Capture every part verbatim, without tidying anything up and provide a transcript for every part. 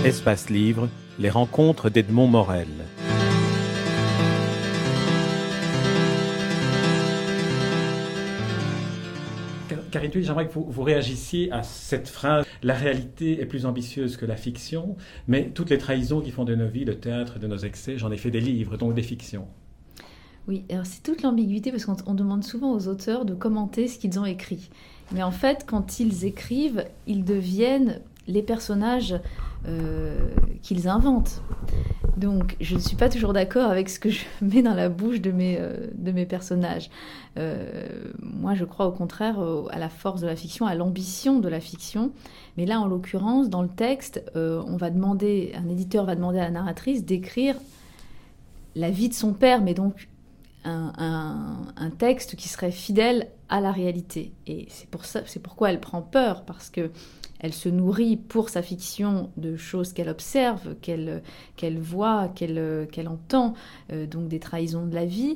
Espace Livre, les rencontres d'Edmond Morel. Karine Thuil, j'aimerais que vous, vous réagissiez à cette phrase « La réalité est plus ambitieuse que la fiction, mais toutes les trahisons qui font de nos vies, le théâtre de nos excès, j'en ai fait des livres, donc des fictions. » Oui, alors c'est toute l'ambiguïté parce qu'on on demande souvent aux auteurs de commenter ce qu'ils ont écrit. Mais en fait, quand ils écrivent, ils deviennent les personnages euh, qu'ils inventent. Donc, je ne suis pas toujours d'accord avec ce que je mets dans la bouche de mes, euh, de mes personnages. Euh, moi, je crois au contraire euh, à la force de la fiction, à l'ambition de la fiction. Mais là, en l'occurrence, dans le texte, euh, on va demander, un éditeur va demander à la narratrice d'écrire la vie de son père, mais donc un, un, un texte qui serait fidèle à la réalité. Et c'est pour ça, c'est pourquoi elle prend peur, parce que elle se nourrit pour sa fiction de choses qu'elle observe, qu'elle, qu'elle voit, qu'elle, qu'elle entend, euh, donc des trahisons de la vie.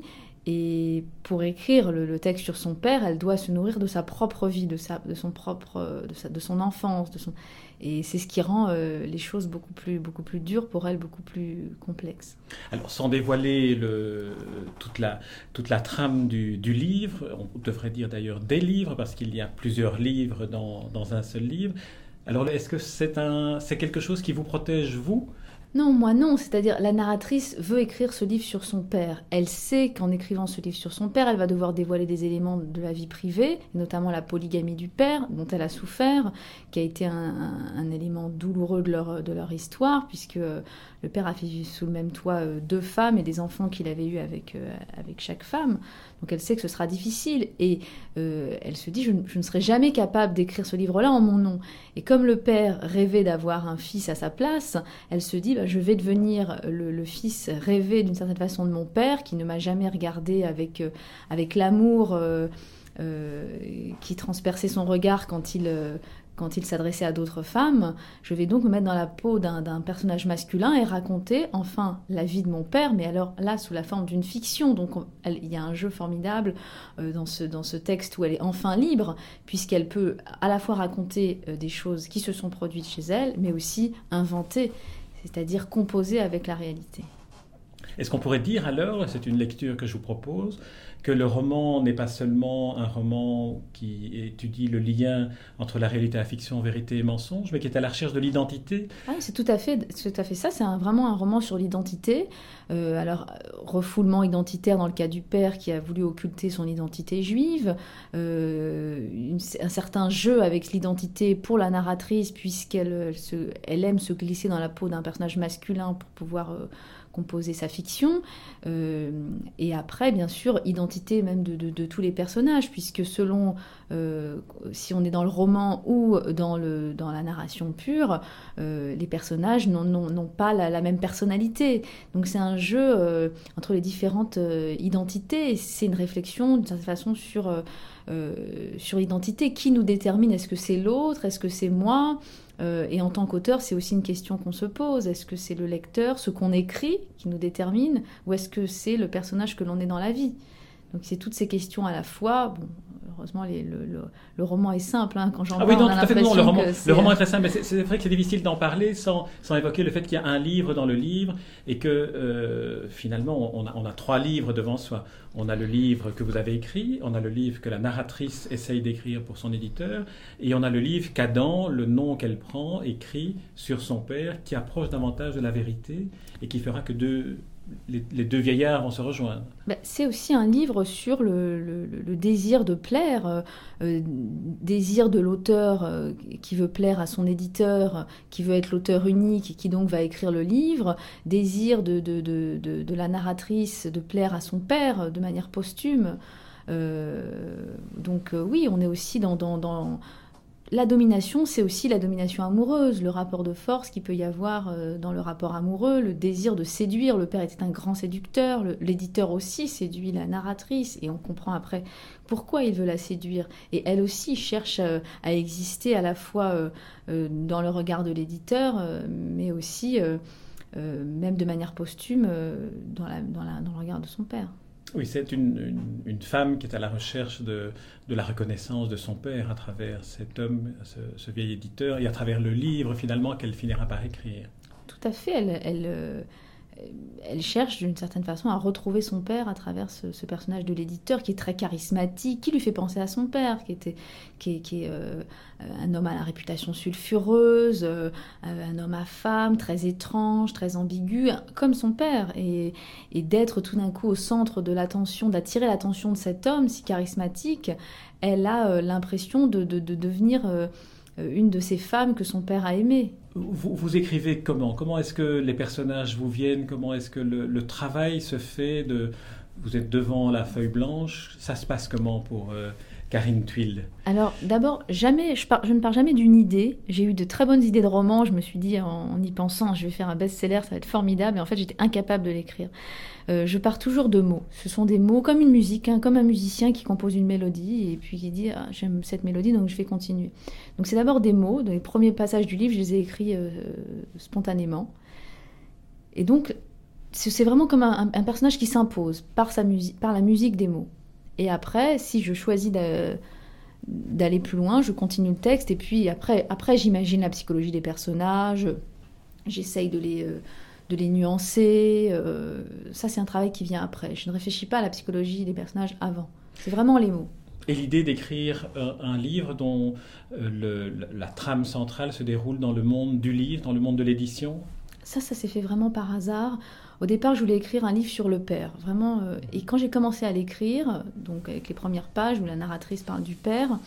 Et pour écrire le, le texte sur son père, elle doit se nourrir de sa propre vie, de, sa, de, son, propre, de, sa, de son enfance. De son... Et c'est ce qui rend euh, les choses beaucoup plus, beaucoup plus dures pour elle, beaucoup plus complexes. Alors, sans dévoiler le, toute, la, toute la trame du, du livre, on devrait dire d'ailleurs des livres, parce qu'il y a plusieurs livres dans, dans un seul livre. Alors, est-ce que c'est, un, c'est quelque chose qui vous protège, vous ? Non, moi non, c'est-à-dire la narratrice veut écrire ce livre sur son père. Elle sait qu'en écrivant ce livre sur son père, elle va devoir dévoiler des éléments de la vie privée, notamment la polygamie du père, dont elle a souffert, qui a été un, un, un élément douloureux de leur, de leur histoire, puisque euh, le père a fait vivre sous le même toit euh, deux femmes et des enfants qu'il avait eus avec, euh, avec chaque femme. Donc elle sait que ce sera difficile et euh, elle se dit je, je ne serai jamais capable d'écrire ce livre-là en mon nom. Et comme le père rêvait d'avoir un fils à sa place, elle se dit bah, je vais devenir le, le fils rêvé d'une certaine façon de mon père qui ne m'a jamais regardé avec, euh, avec l'amour euh, euh, qui transperçait son regard quand il... Euh, quand il s'adressait à d'autres femmes. Je vais donc me mettre dans la peau d'un, d'un personnage masculin et raconter enfin la vie de mon père, mais alors là sous la forme d'une fiction. Donc on, elle, il y a un jeu formidable euh, dans, ce, dans ce texte où elle est enfin libre, puisqu'elle peut à la fois raconter euh, des choses qui se sont produites chez elle, mais aussi inventer, c'est-à-dire composer avec la réalité. Est-ce qu'on pourrait dire alors, c'est une lecture que je vous propose, que le roman n'est pas seulement un roman qui étudie le lien entre la réalité et la fiction, vérité et mensonge, mais qui est à la recherche de l'identité ? Ah, c'est tout à fait, c'est tout à fait ça, c'est un, vraiment un roman sur l'identité. Euh, alors, refoulement identitaire dans le cas du père qui a voulu occulter son identité juive, euh, une, un certain jeu avec l'identité pour la narratrice, puisqu'elle elle se, elle aime se glisser dans la peau d'un personnage masculin pour pouvoir... Euh, composer sa fiction, euh, et après, bien sûr, identité même de, de, de tous les personnages, puisque selon euh, si on est dans le roman ou dans, le, dans la narration pure, euh, les personnages n'ont, n'ont, n'ont pas la, la même personnalité. Donc c'est un jeu euh, entre les différentes euh, identités, et c'est une réflexion, d'une certaine façon, sur, euh, euh, sur l'identité. Qui nous détermine ? Est-ce que c'est l'autre ? Est-ce que c'est moi ? Euh, et en tant qu'auteur, c'est aussi une question qu'on se pose. Est-ce que c'est le lecteur, ce qu'on écrit, qui nous détermine, ou est-ce que c'est le personnage que l'on est dans la vie ? Donc c'est toutes ces questions à la fois. Bon, heureusement, les, le, le, le roman est simple. Hein, quand j'en ah parle, oui, non, on a tout à fait, l'impression non, le roman, que c'est... le roman est très simple, mais c'est, c'est vrai que c'est difficile d'en parler sans, sans évoquer le fait qu'il y a un livre dans le livre et que euh, finalement, on a, on a trois livres devant soi. On a le livre que vous avez écrit, on a le livre que la narratrice essaye d'écrire pour son éditeur, et on a le livre qu'Adam, le nom qu'elle prend, écrit sur son père, qui approche davantage de la vérité et qui fera que deux... Les, les deux vieillards vont se rejoindre. Ben, c'est aussi un livre sur le, le, le désir de plaire, euh, désir de l'auteur euh, qui veut plaire à son éditeur, qui veut être l'auteur unique et qui donc va écrire le livre, désir de, de, de, de, de la narratrice de plaire à son père de manière posthume. Euh, donc euh, oui, on est aussi dans... dans, dans La domination, c'est aussi la domination amoureuse, le rapport de force qu'il peut y avoir dans le rapport amoureux, le désir de séduire. Le père était un grand séducteur, le, l'éditeur aussi séduit la narratrice, et on comprend après pourquoi il veut la séduire. Et elle aussi cherche à exister à la fois dans le regard de l'éditeur, mais aussi, même de manière posthume, dans, la, dans, la, dans le regard de son père. Oui, c'est une, une, une femme qui est à la recherche de, de la reconnaissance de son père à travers cet homme, ce, ce vieil éditeur, et à travers le livre finalement qu'elle finira par écrire. Tout à fait, elle, elle, euh, elle cherche d'une certaine façon à retrouver son père à travers ce, ce personnage de l'éditeur qui est très charismatique, qui lui fait penser à son père, qui, était, qui est, qui est euh, un homme à la réputation sulfureuse, euh, un homme à femme, très étrange, très ambigu, comme son père. Et, et d'être tout d'un coup au centre de l'attention, d'attirer l'attention de cet homme si charismatique, elle a euh, l'impression de, de, de devenir euh, une de ces femmes que son père a aimées. Vous, vous écrivez comment ? Comment est-ce que les personnages vous viennent ? Comment est-ce que le, le travail se fait de... Vous êtes devant la feuille blanche. Ça se passe comment pour euh, Karine Thuil ? Alors d'abord, jamais, je, par, je ne pars jamais d'une idée. J'ai eu de très bonnes idées de romans. Je me suis dit en, en y pensant, je vais faire un best-seller, ça va être formidable. Et en fait, j'étais incapable de l'écrire. Euh, je pars toujours de mots. Ce sont des mots comme une musique, hein, comme un musicien qui compose une mélodie et puis qui dit ah, j'aime cette mélodie donc je vais continuer. Donc c'est d'abord des mots. Dans les premiers passages du livre, je les ai écrits euh, spontanément. Et donc c'est vraiment comme un, un personnage qui s'impose par, sa musique, par la musique des mots. Et après, si je choisis de, d'aller plus loin, je continue le texte et puis après, après j'imagine la psychologie des personnages, j'essaye de les... Euh, de les nuancer, euh, ça c'est un travail qui vient après. Je ne réfléchis pas à la psychologie des personnages avant, c'est vraiment les mots. Et l'idée d'écrire un, un livre dont euh, le, la trame centrale se déroule dans le monde du livre, dans le monde de l'édition ? Ça, ça s'est fait vraiment par hasard. Au départ, je voulais écrire un livre sur le père, vraiment. Euh, et quand j'ai commencé à l'écrire, donc avec les premières pages où la narratrice parle du père,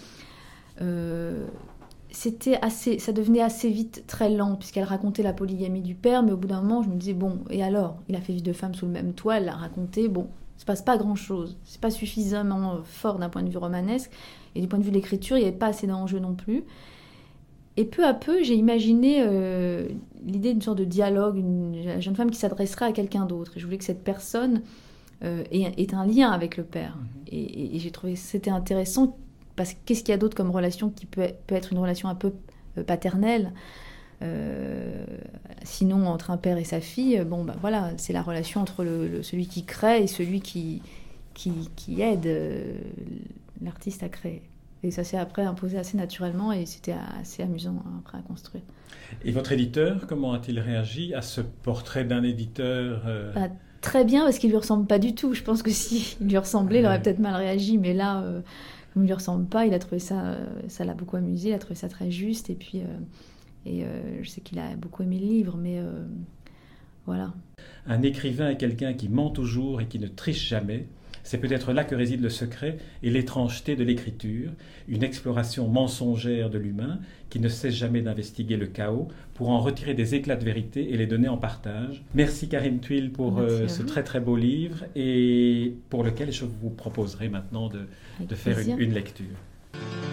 euh, c'était assez, ça devenait assez vite très lent, puisqu'elle racontait la polygamie du père, mais au bout d'un moment, je me disais, bon, et alors ? Il a fait vivre deux femmes sous le même toit, elle l'a raconté, bon, il ne se passe pas grand-chose. C'est pas suffisamment fort d'un point de vue romanesque, et du point de vue de l'écriture, il n'y avait pas assez d'enjeux non plus. Et peu à peu, j'ai imaginé euh, l'idée d'une sorte de dialogue, une jeune femme qui s'adresserait à quelqu'un d'autre. Et je voulais que cette personne euh, ait, ait un lien avec le père. Mmh. Et, et, et j'ai trouvé que c'était intéressant, parce que qu'est-ce qu'il y a d'autre comme relation qui peut, peut être une relation un peu paternelle, euh, sinon entre un père et sa fille, bon ben voilà, c'est la relation entre le, le, celui qui crée et celui qui, qui, qui aide euh, l'artiste à créer. Et ça s'est après imposé assez naturellement et c'était assez amusant après à construire. Et votre éditeur, comment a-t-il réagi à ce portrait d'un éditeur euh... bah, Très bien, parce qu'il ne lui ressemble pas du tout. Je pense que s'il lui ressemblait, il aurait peut-être mal réagi, mais là... Euh, Comme il ne lui ressemble pas, il a trouvé ça, ça l'a beaucoup amusé, il a trouvé ça très juste. Et puis, euh, et, euh, je sais qu'il a beaucoup aimé le livre, mais euh, voilà. Un écrivain est quelqu'un qui ment toujours et qui ne triche jamais. C'est peut-être là que réside le secret et l'étrangeté de l'écriture, une exploration mensongère de l'humain qui ne cesse jamais d'investiguer le chaos pour en retirer des éclats de vérité et les donner en partage. Merci Karine Thuil pour euh, ce très très beau livre et pour lequel je vous proposerai maintenant de, de faire une, une lecture.